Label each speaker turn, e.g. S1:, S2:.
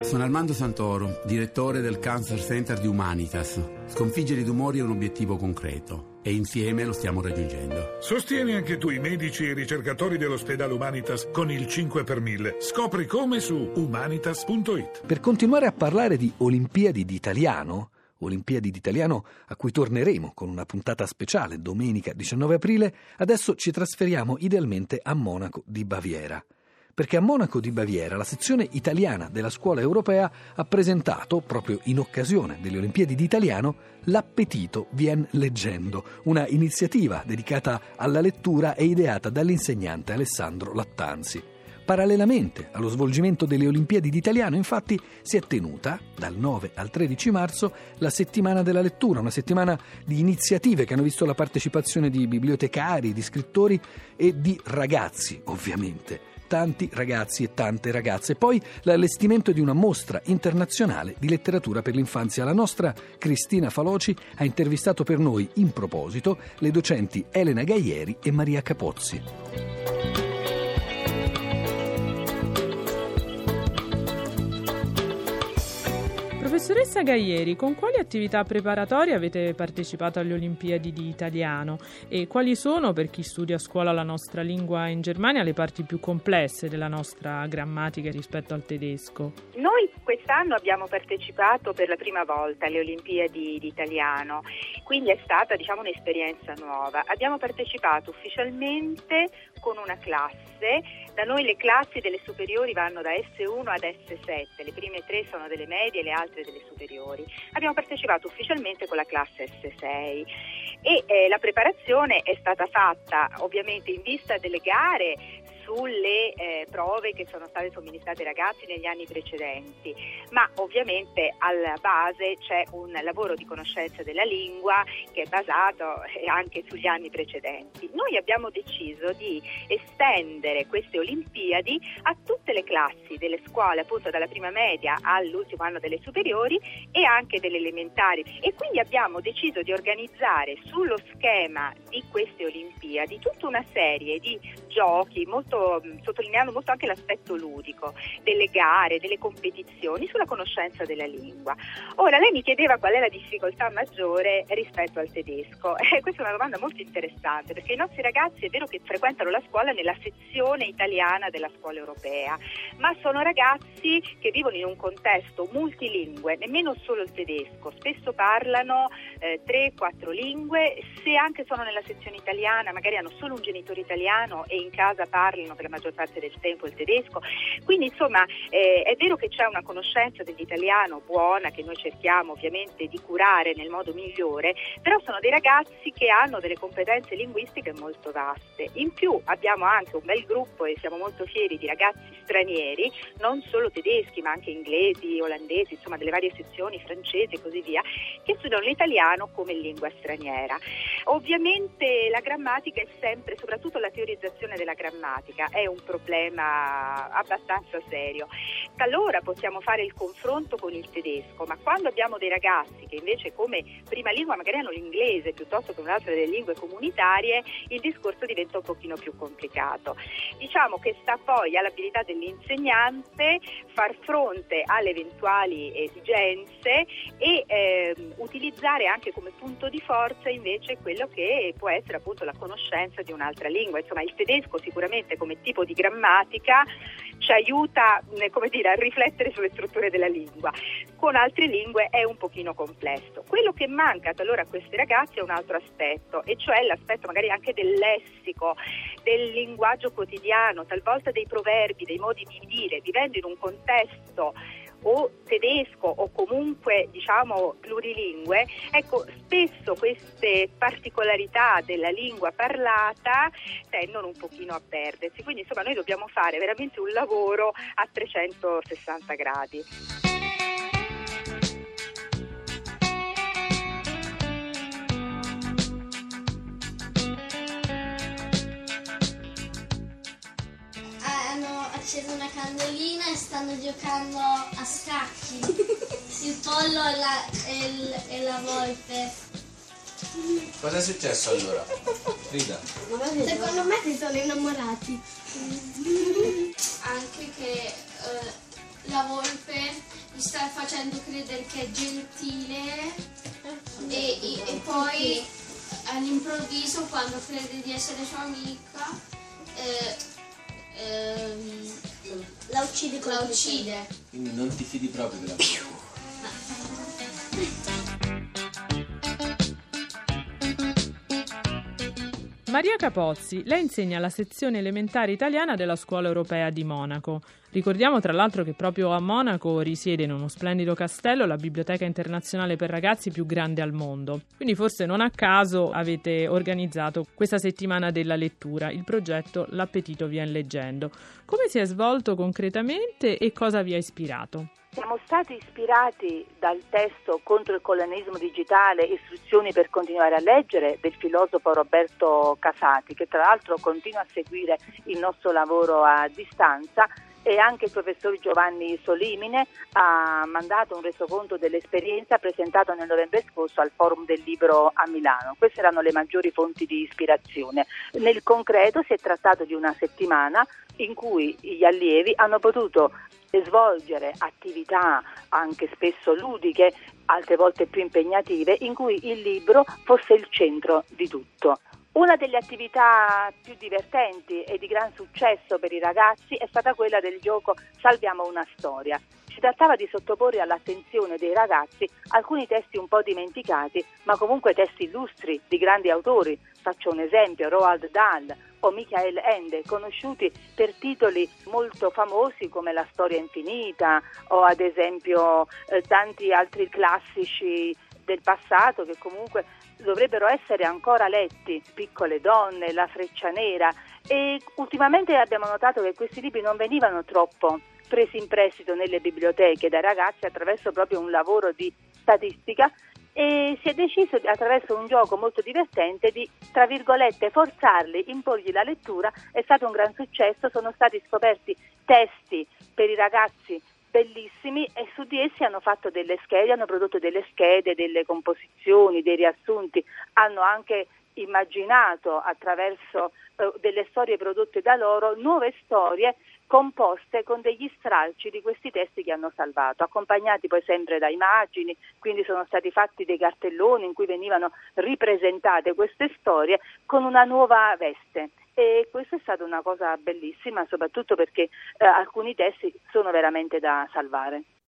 S1: Sono Armando Santoro, direttore del Cancer Center di Humanitas. Sconfiggere i tumori è un obiettivo concreto e insieme lo stiamo raggiungendo.
S2: Sostieni anche tu i medici e i ricercatori dell'ospedale Humanitas con il 5 per 1000. Scopri come su humanitas.it.
S3: Per continuare a parlare di Olimpiadi d'Italiano a cui torneremo con una puntata speciale domenica 19 aprile, adesso ci trasferiamo idealmente a Monaco di Baviera. Perché a Monaco di Baviera la sezione italiana della scuola europea ha presentato, proprio in occasione delle Olimpiadi d'Italiano, l'Appetito vien leggendo, una iniziativa dedicata alla lettura e ideata dall'insegnante Alessandro Lattanzi. Parallelamente allo svolgimento delle Olimpiadi d'Italiano, infatti, si è tenuta, dal 9 al 13 marzo, la settimana della lettura, una settimana di iniziative che hanno visto la partecipazione di bibliotecari, di scrittori e di ragazzi, ovviamente. Tanti ragazzi e tante ragazze. Poi l'allestimento di una mostra internazionale di letteratura per l'infanzia. La nostra Cristina Faloci ha intervistato per noi, in proposito, le docenti Elena Gaieri e Maria Capozzi.
S4: Professoressa Gaieri, con quali attività preparatorie avete partecipato alle Olimpiadi di Italiano e quali sono, per chi studia a scuola la nostra lingua in Germania, le parti più complesse della nostra grammatica rispetto al tedesco?
S5: Noi quest'anno abbiamo partecipato per la prima volta alle Olimpiadi di Italiano, quindi è stata un'esperienza nuova. Abbiamo partecipato ufficialmente con una classe. Da noi le classi delle superiori vanno da S1 ad S7, le prime 3 sono delle medie e le altre delle superiori. Abbiamo partecipato ufficialmente con la classe S6 e la preparazione è stata fatta ovviamente in vista delle gare sulle prove che sono state somministrate ai ragazzi negli anni precedenti, ma ovviamente alla base c'è un lavoro di conoscenza della lingua che è basato anche sugli anni precedenti. Noi abbiamo deciso di estendere queste Olimpiadi a tutte le classi delle scuole, appunto dalla prima media all'ultimo anno delle superiori e anche delle elementari, e quindi abbiamo deciso di organizzare sullo schema di queste Olimpiadi tutta una serie di giochi sottolineando molto anche l'aspetto ludico delle gare, delle competizioni sulla conoscenza della lingua. Ora, lei mi chiedeva qual è la difficoltà maggiore rispetto al tedesco. Questa è una domanda molto interessante, perché i nostri ragazzi è vero che frequentano la scuola nella sezione italiana della scuola europea, ma sono ragazzi che vivono in un contesto multilingue, nemmeno solo il tedesco, spesso parlano 3-4 lingue, se anche sono nella sezione italiana magari hanno solo un genitore italiano e in casa parlano per la maggior parte del tempo il tedesco, quindi insomma è vero che c'è una conoscenza dell'italiano buona che noi cerchiamo ovviamente di curare nel modo migliore, però sono dei ragazzi che hanno delle competenze linguistiche molto vaste. In più abbiamo anche un bel gruppo e siamo molto fieri di ragazzi stranieri, non solo tedeschi ma anche inglesi, olandesi, insomma delle varie sezioni, francesi e così via, che studiano l'italiano come lingua straniera. Ovviamente la grammatica è sempre, soprattutto la teorizzazione della grammatica, è un problema abbastanza serio. Talora possiamo fare il confronto con il tedesco, ma quando abbiamo dei ragazzi che invece come prima lingua magari hanno l'inglese piuttosto che un'altra delle lingue comunitarie, il discorso diventa un pochino più complicato. Diciamo che sta poi all'abilità dell'insegnante far fronte alle eventuali esigenze e utilizzare anche come punto di forza invece quello che può essere appunto la conoscenza di un'altra lingua. Insomma, il tedesco sicuramente come tipo di grammatica ci aiuta, a riflettere sulle strutture della lingua. Con altre lingue è un pochino complesso. Quello che manca allora a questi ragazzi è un altro aspetto, e cioè l'aspetto magari anche del lessico, del linguaggio quotidiano, talvolta dei proverbi, dei modi di dire, vivendo in un contesto o tedesco o comunque plurilingue. Ecco, spesso queste particolarità della lingua parlata tendono un pochino a perdersi, quindi insomma noi dobbiamo fare veramente un lavoro a 360 gradi.
S6: Acceso una candelina e stanno giocando a scacchi. Il pollo e la volpe.
S7: Cosa è successo allora? Frida?
S6: Secondo me si sono innamorati.
S8: Anche che
S6: la volpe gli sta facendo credere che è gentile e poi all'improvviso, quando crede di essere sua amica, la uccide.
S7: Quindi non ti fidi proprio della volpe.
S4: Maria Capozzi, lei insegna alla sezione elementare italiana della Scuola Europea di Monaco. Ricordiamo tra l'altro che proprio a Monaco risiede in uno splendido castello la Biblioteca Internazionale per Ragazzi più grande al mondo. Quindi forse non a caso avete organizzato questa settimana della lettura, il progetto L'appetito vien leggendo. Come si è svolto concretamente e cosa vi ha ispirato?
S8: Siamo stati ispirati dal testo Contro il colonialismo digitale, istruzioni per continuare a leggere del filosofo Roberto Casati, che tra l'altro continua a seguire il nostro lavoro a distanza, e anche il professor Giovanni Solimine ha mandato un resoconto dell'esperienza presentato nel novembre scorso al Forum del Libro a Milano. Queste erano le maggiori fonti di ispirazione. Nel concreto si è trattato di una settimana in cui gli allievi hanno potuto svolgere attività anche spesso ludiche, altre volte più impegnative, in cui il libro fosse il centro di tutto. Una delle attività più divertenti e di gran successo per i ragazzi è stata quella del gioco Salviamo una storia. Si trattava di sottoporre all'attenzione dei ragazzi alcuni testi un po' dimenticati, ma comunque testi illustri di grandi autori. Faccio un esempio: Roald Dahl o Michael Ende, conosciuti per titoli molto famosi come La storia infinita o ad esempio tanti altri classici del passato che comunque dovrebbero essere ancora letti, Piccole donne, La freccia nera, e ultimamente abbiamo notato che questi libri non venivano troppo presi in prestito nelle biblioteche dai ragazzi attraverso proprio un lavoro di statistica, e si è deciso attraverso un gioco molto divertente di, tra virgolette, forzarli, imporgli la lettura. È stato un gran successo, sono stati scoperti testi per i ragazzi bellissimi e su di essi hanno fatto delle schede, hanno prodotto delle schede, delle composizioni, dei riassunti, hanno anche immaginato attraverso delle storie prodotte da loro nuove storie composte con degli stralci di questi testi che hanno salvato, accompagnati poi sempre da immagini. Quindi sono stati fatti dei cartelloni in cui venivano ripresentate queste storie con una nuova veste. E questa è stata una cosa bellissima, soprattutto perché alcuni testi sono veramente da salvare.